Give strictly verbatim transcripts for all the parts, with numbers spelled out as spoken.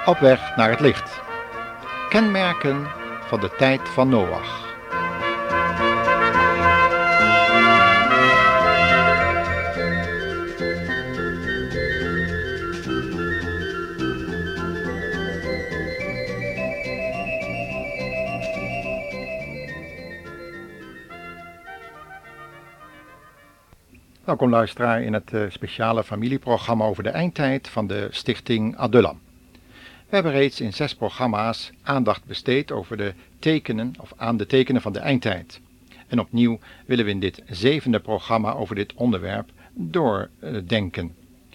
Op weg naar het licht. Kenmerken van de tijd van Noach. Welkom luisteraar in het uh, speciale familieprogramma over de eindtijd van de stichting Adullam. We hebben reeds in zes programma's aandacht besteed over de tekenen of aan de tekenen van de eindtijd. En opnieuw willen we in dit zevende programma over dit onderwerp doordenken.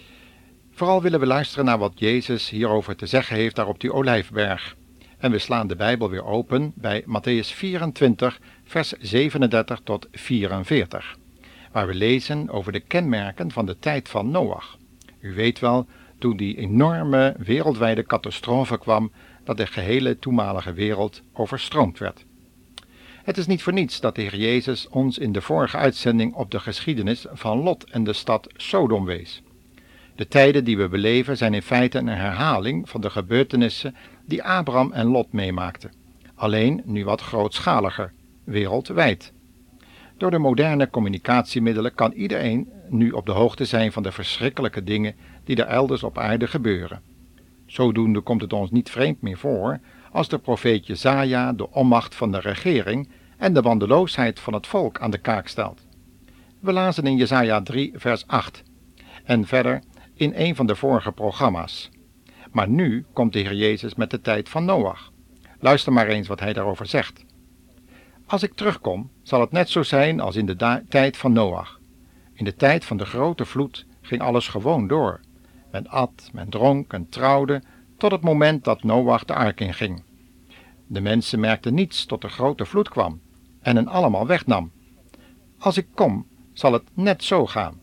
Vooral willen we luisteren naar wat Jezus hierover te zeggen heeft daar op die Olijfberg. En we slaan de Bijbel weer open bij Mattheüs vierentwintig, vers zevenendertig tot vierenveertig. Waar we lezen over de kenmerken van de tijd van Noach. U weet wel, toen die enorme wereldwijde catastrofe kwam, dat de gehele toenmalige wereld overstroomd werd. Het is niet voor niets dat de Heer Jezus ons in de vorige uitzending op de geschiedenis van Lot en de stad Sodom wees. De tijden die we beleven zijn in feite een herhaling van de gebeurtenissen die Abraham en Lot meemaakten. Alleen nu wat grootschaliger, wereldwijd. Door de moderne communicatiemiddelen kan iedereen nu op de hoogte zijn van de verschrikkelijke dingen die er elders op aarde gebeuren. Zodoende komt het ons niet vreemd meer voor als de profeet Jesaja de onmacht van de regering en de wandeloosheid van het volk aan de kaak stelt. We lazen in Jesaja drie vers acht en verder in een van de vorige programma's. Maar nu komt de Heer Jezus met de tijd van Noach. Luister maar eens wat hij daarover zegt. Als ik terugkom, zal het net zo zijn als in de da- tijd van Noach. In de tijd van de grote vloed ging alles gewoon door. Men at, men dronk en trouwde, tot het moment dat Noach de ark inging. De mensen merkten niets tot de grote vloed kwam en hen allemaal wegnam. Als ik kom, zal het net zo gaan.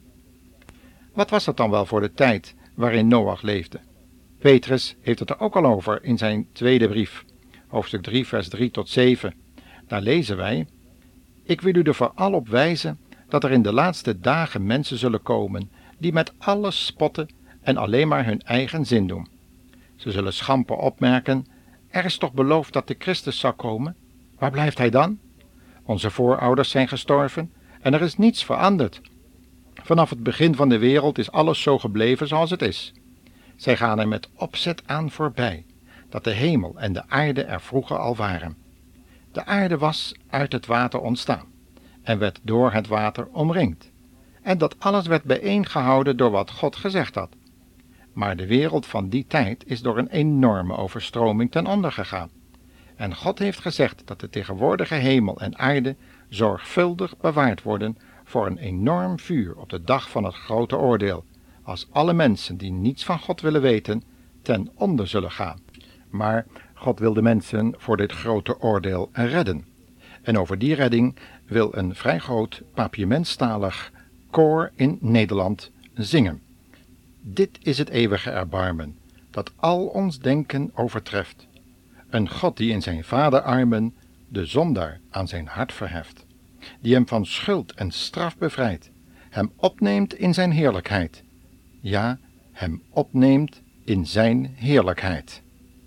Wat was dat dan wel voor de tijd waarin Noach leefde? Petrus heeft het er ook al over in zijn tweede brief, hoofdstuk drie, vers drie tot zeven. Daar lezen wij: Ik wil u er vooral op wijzen dat er in de laatste dagen mensen zullen komen die met alles spotten en alleen maar hun eigen zin doen. Ze zullen schamper opmerken: er is toch beloofd dat de Christus zou komen? Waar blijft hij dan? Onze voorouders zijn gestorven en er is niets veranderd. Vanaf het begin van de wereld is alles zo gebleven zoals het is. Zij gaan er met opzet aan voorbij, dat de hemel en de aarde er vroeger al waren. De aarde was uit het water ontstaan en werd door het water omringd. En dat alles werd bijeengehouden door wat God gezegd had. Maar de wereld van die tijd is door een enorme overstroming ten onder gegaan. En God heeft gezegd dat de tegenwoordige hemel en aarde zorgvuldig bewaard worden voor een enorm vuur op de dag van het grote oordeel, als alle mensen die niets van God willen weten ten onder zullen gaan. Maar God wil de mensen voor dit grote oordeel redden. En over die redding wil een vrij groot papiamentstalig koor in Nederland zingen. Dit is het eeuwige erbarmen, dat al ons denken overtreft. Een God die in zijn vaderarmen de zondaar aan zijn hart verheft. Die hem van schuld en straf bevrijdt. Hem opneemt in zijn heerlijkheid. Ja, hem opneemt in zijn heerlijkheid.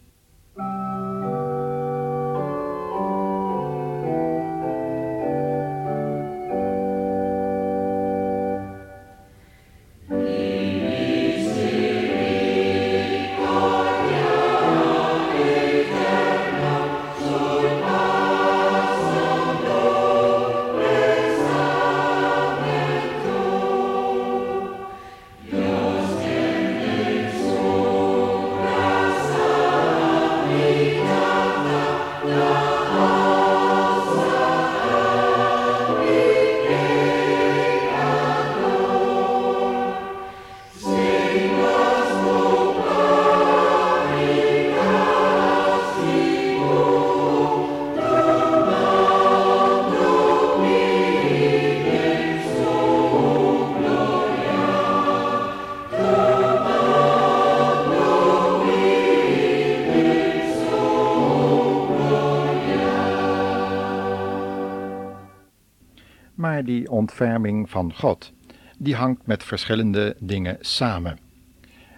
Maar die ontferming van God, die hangt met verschillende dingen samen.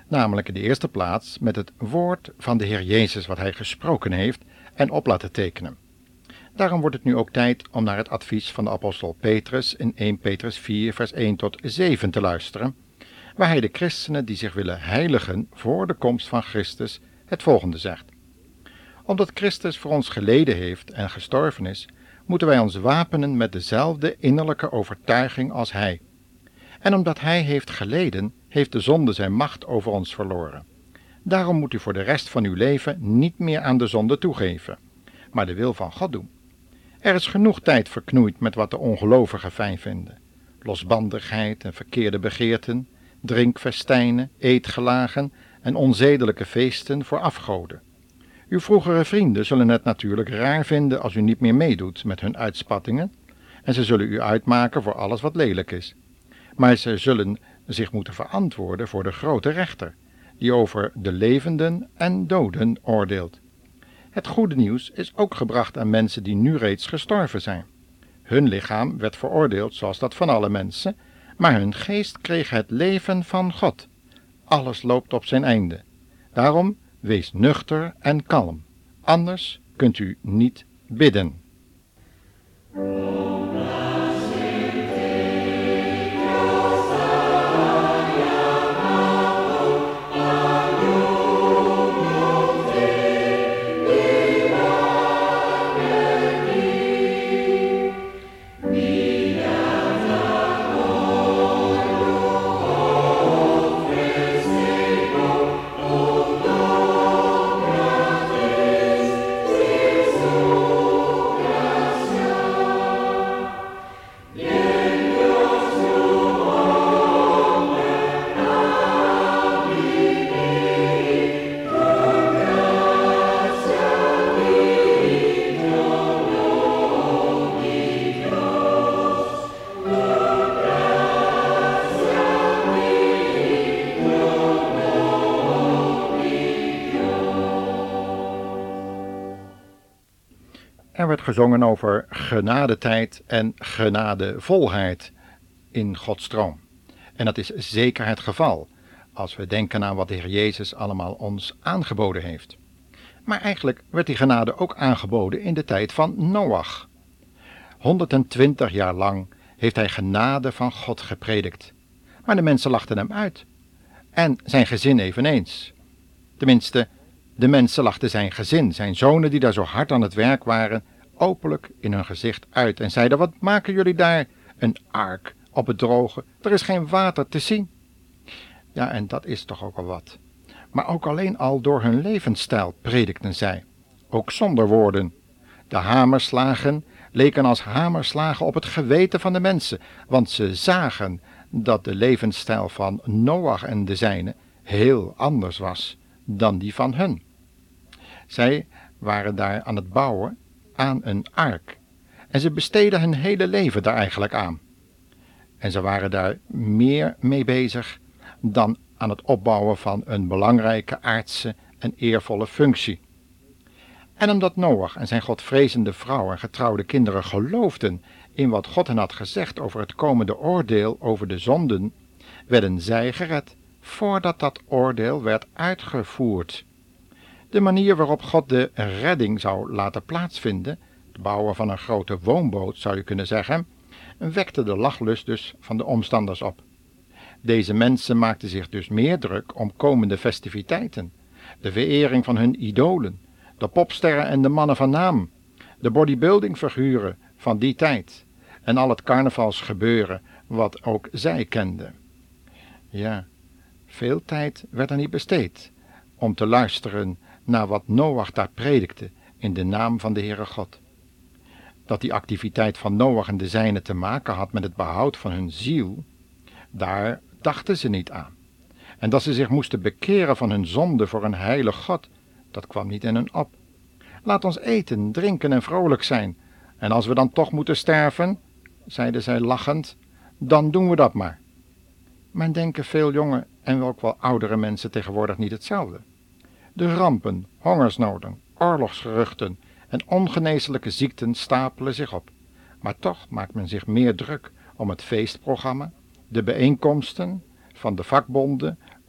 namelijk in de eerste plaats met het woord van de Heer Jezus wat hij gesproken heeft en op laten tekenen. Daarom wordt het nu ook tijd om naar het advies van de apostel Petrus in eerste Petrus vier vers één tot zeven te luisteren, waar hij de christenen die zich willen heiligen voor de komst van Christus het volgende zegt. Omdat Christus voor ons geleden heeft en gestorven is, moeten wij ons wapenen met dezelfde innerlijke overtuiging als hij. En omdat hij heeft geleden, heeft de zonde zijn macht over ons verloren. Daarom moet u voor de rest van uw leven niet meer aan de zonde toegeven, maar de wil van God doen. Er is genoeg tijd verknoeid met wat de ongelovigen fijn vinden. Losbandigheid en verkeerde begeerten, drinkfestijnen, eetgelagen en onzedelijke feesten voor afgoden. Uw vroegere vrienden zullen het natuurlijk raar vinden als u niet meer meedoet met hun uitspattingen, en ze zullen u uitmaken voor alles wat lelijk is. Maar ze zullen zich moeten verantwoorden voor de grote rechter, die over de levenden en doden oordeelt. Het goede nieuws is ook gebracht aan mensen die nu reeds gestorven zijn. Hun lichaam werd veroordeeld zoals dat van alle mensen, maar hun geest kreeg het leven van God. Alles loopt op zijn einde. Daarom wees nuchter en kalm, anders kunt u niet bidden. Er werd gezongen over genadetijd en genadevolheid in Gods troon. En dat is zeker het geval, als we denken aan wat de Heer Jezus allemaal ons aangeboden heeft. Maar eigenlijk werd die genade ook aangeboden in de tijd van Noach. honderdtwintig jaar lang heeft hij genade van God gepredikt. Maar de mensen lachten hem uit. En zijn gezin eveneens. Tenminste, de mensen lachten zijn gezin, zijn zonen die daar zo hard aan het werk waren, openlijk in hun gezicht uit en zeiden: wat maken jullie daar? Een ark op het droge, er is geen water te zien. Ja, en dat is toch ook al wat. Maar ook alleen al door hun levensstijl predikten zij, ook zonder woorden. De hamerslagen leken als hamerslagen op het geweten van de mensen, want ze zagen dat de levensstijl van Noach en de zijnen heel anders was dan die van hun. Zij waren daar aan het bouwen aan een ark en ze besteden hun hele leven daar eigenlijk aan. En ze waren daar meer mee bezig dan aan het opbouwen van een belangrijke aardse en eervolle functie. En omdat Noach en zijn godvrezende vrouw en getrouwde kinderen geloofden in wat God hen had gezegd over het komende oordeel over de zonden, werden zij gered voordat dat oordeel werd uitgevoerd. De manier waarop God de redding zou laten plaatsvinden, het bouwen van een grote woonboot zou je kunnen zeggen, wekte de lachlust dus van de omstanders op. Deze mensen maakten zich dus meer druk om komende festiviteiten, de verering van hun idolen, de popsterren en de mannen van naam, de bodybuildingfiguren van die tijd en al het carnavalsgebeuren wat ook zij kenden. Ja, veel tijd werd er niet besteed om te luisteren naar wat Noach daar predikte in de naam van de Heere God. Dat die activiteit van Noach en de zijnen te maken had met het behoud van hun ziel, daar dachten ze niet aan. En dat ze zich moesten bekeren van hun zonde voor een heilig God, dat kwam niet in hen op. Laat ons eten, drinken en vrolijk zijn. En als we dan toch moeten sterven, zeiden zij lachend, dan doen we dat maar. Maar denken veel jonge en ook wel oudere mensen tegenwoordig niet hetzelfde. De rampen, hongersnoden, oorlogsgeruchten en ongeneeslijke ziekten stapelen zich op. Maar toch maakt men zich meer druk om het feestprogramma, de bijeenkomsten van de vakbonden,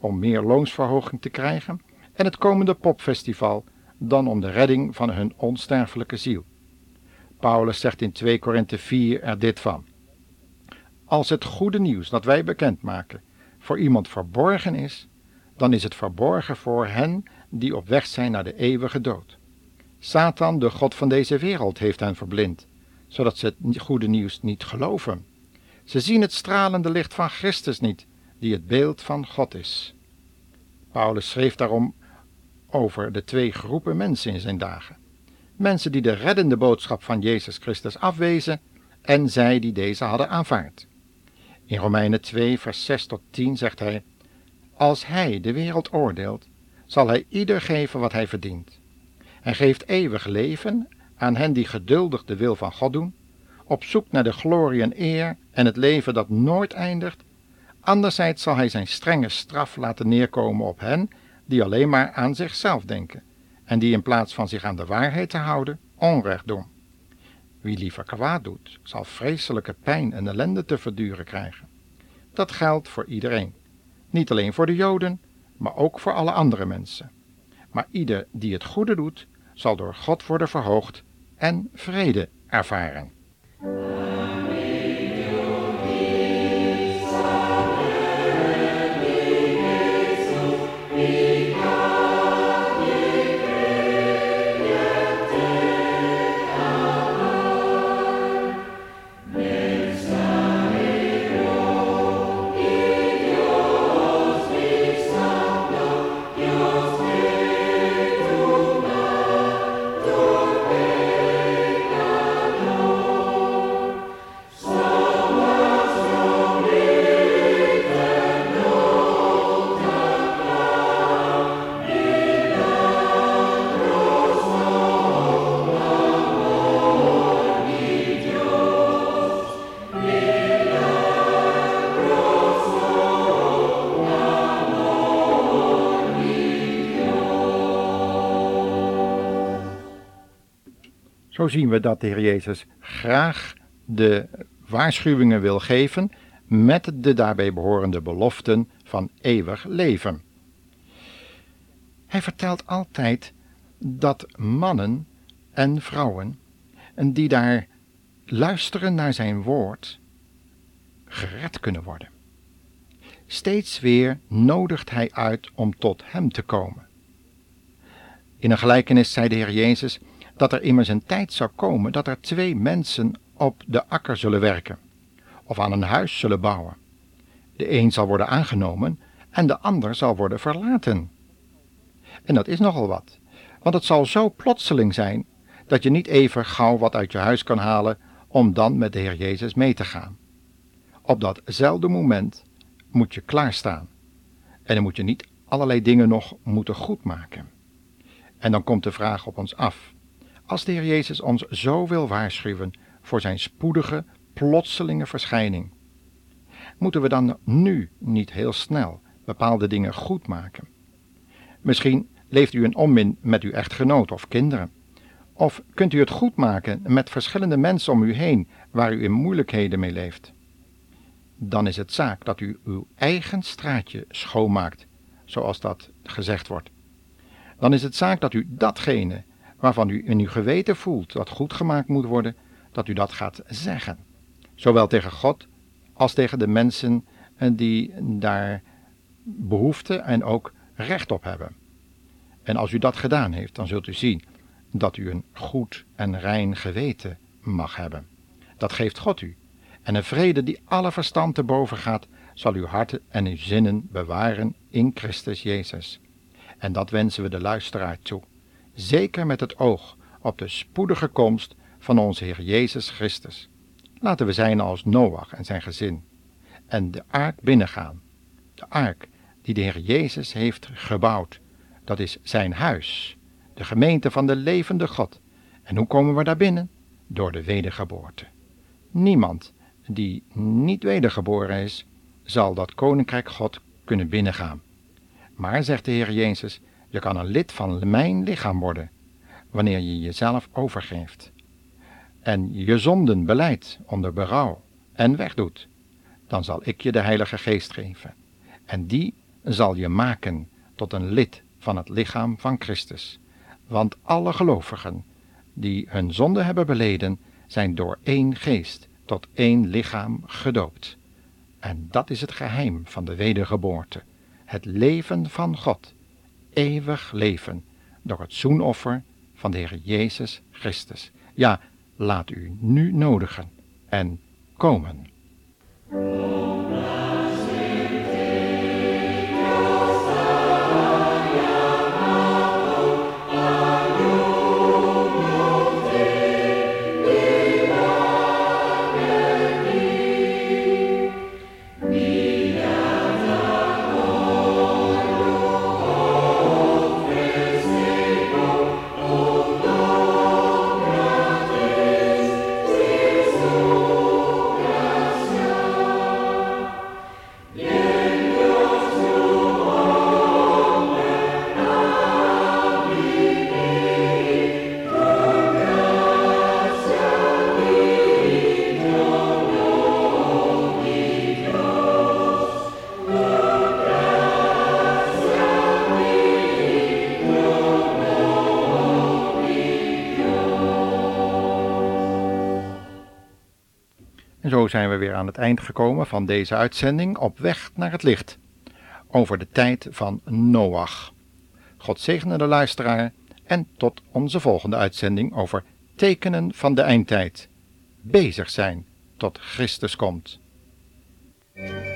om meer loonsverhoging te krijgen en het komende popfestival dan om de redding van hun onsterfelijke ziel. Paulus zegt in twee Korinthe vier er dit van: als het goede nieuws dat wij bekendmaken voor iemand verborgen is, dan is het verborgen voor hen die op weg zijn naar de eeuwige dood. Satan, de god van deze wereld, heeft hen verblind, zodat ze het goede nieuws niet geloven. Ze zien het stralende licht van Christus niet, die het beeld van God is. Paulus schreef daarom over de twee groepen mensen in zijn dagen. Mensen die de reddende boodschap van Jezus Christus afwezen en zij die deze hadden aanvaard. In Romeinen twee vers zes tot tien zegt hij: als hij de wereld oordeelt, zal hij ieder geven wat hij verdient. Hij geeft eeuwig leven aan hen die geduldig de wil van God doen, op zoek naar de glorie en eer en het leven dat nooit eindigt. Anderzijds zal hij zijn strenge straf laten neerkomen op hen die alleen maar aan zichzelf denken en die in plaats van zich aan de waarheid te houden, onrecht doen. Wie liever kwaad doet, zal vreselijke pijn en ellende te verduren krijgen. Dat geldt voor iedereen. Niet alleen voor de Joden, maar ook voor alle andere mensen. Maar ieder die het goede doet, zal door God worden verhoogd en vrede ervaren. Zo zien we dat de Heer Jezus graag de waarschuwingen wil geven met de daarbij behorende beloften van eeuwig leven. Hij vertelt altijd dat mannen en vrouwen die daar luisteren naar zijn woord gered kunnen worden. Steeds weer nodigt hij uit om tot hem te komen. In een gelijkenis zei de Heer Jezus dat er immers een tijd zou komen dat er twee mensen op de akker zullen werken, of aan een huis zullen bouwen. De een zal worden aangenomen en de ander zal worden verlaten. En dat is nogal wat, want het zal zo plotseling zijn dat je niet even gauw wat uit je huis kan halen om dan met de Heer Jezus mee te gaan. Op datzelfde moment moet je klaarstaan en dan moet je niet allerlei dingen nog moeten goedmaken. En dan komt de vraag op ons af: als de Heer Jezus ons zo wil waarschuwen voor zijn spoedige, plotselinge verschijning, moeten we dan nu niet heel snel bepaalde dingen goed maken? Misschien leeft u in onmin met uw echtgenoot of kinderen. Of kunt u het goed maken met verschillende mensen om u heen waar u in moeilijkheden mee leeft? Dan is het zaak dat u uw eigen straatje schoonmaakt, zoals dat gezegd wordt. Dan is het zaak dat u datgene waarvan u in uw geweten voelt dat goed gemaakt moet worden, dat u dat gaat zeggen. Zowel tegen God als tegen de mensen die daar behoefte en ook recht op hebben. En als u dat gedaan heeft, dan zult u zien dat u een goed en rein geweten mag hebben. Dat geeft God u. En een vrede die alle verstand te boven gaat, zal uw harten en uw zinnen bewaren in Christus Jezus. En dat wensen we de luisteraar toe. Zeker met het oog op de spoedige komst van onze Heer Jezus Christus. Laten we zijn als Noach en zijn gezin en de ark binnengaan. De ark die de Heer Jezus heeft gebouwd, dat is zijn huis, de gemeente van de levende God. En hoe komen we daar binnen? Door de wedergeboorte. Niemand die niet wedergeboren is, zal dat koninkrijk God kunnen binnengaan. Maar, zegt de Heer Jezus, je kan een lid van mijn lichaam worden, wanneer je jezelf overgeeft. En je zonden belijdt onder berouw en wegdoet. Dan zal ik je de Heilige Geest geven. En die zal je maken tot een lid van het lichaam van Christus. Want alle gelovigen die hun zonde hebben beleden, zijn door één geest tot één lichaam gedoopt. En dat is het geheim van de wedergeboorte, het leven van God, eeuwig leven, door het zoenoffer van de Heer Jezus Christus. Ja, laat u nu nodigen en komen. En zo zijn we weer aan het eind gekomen van deze uitzending op weg naar het licht, over de tijd van Noach. God zegene de luisteraar en tot onze volgende uitzending over tekenen van de eindtijd. Bezig zijn tot Christus komt.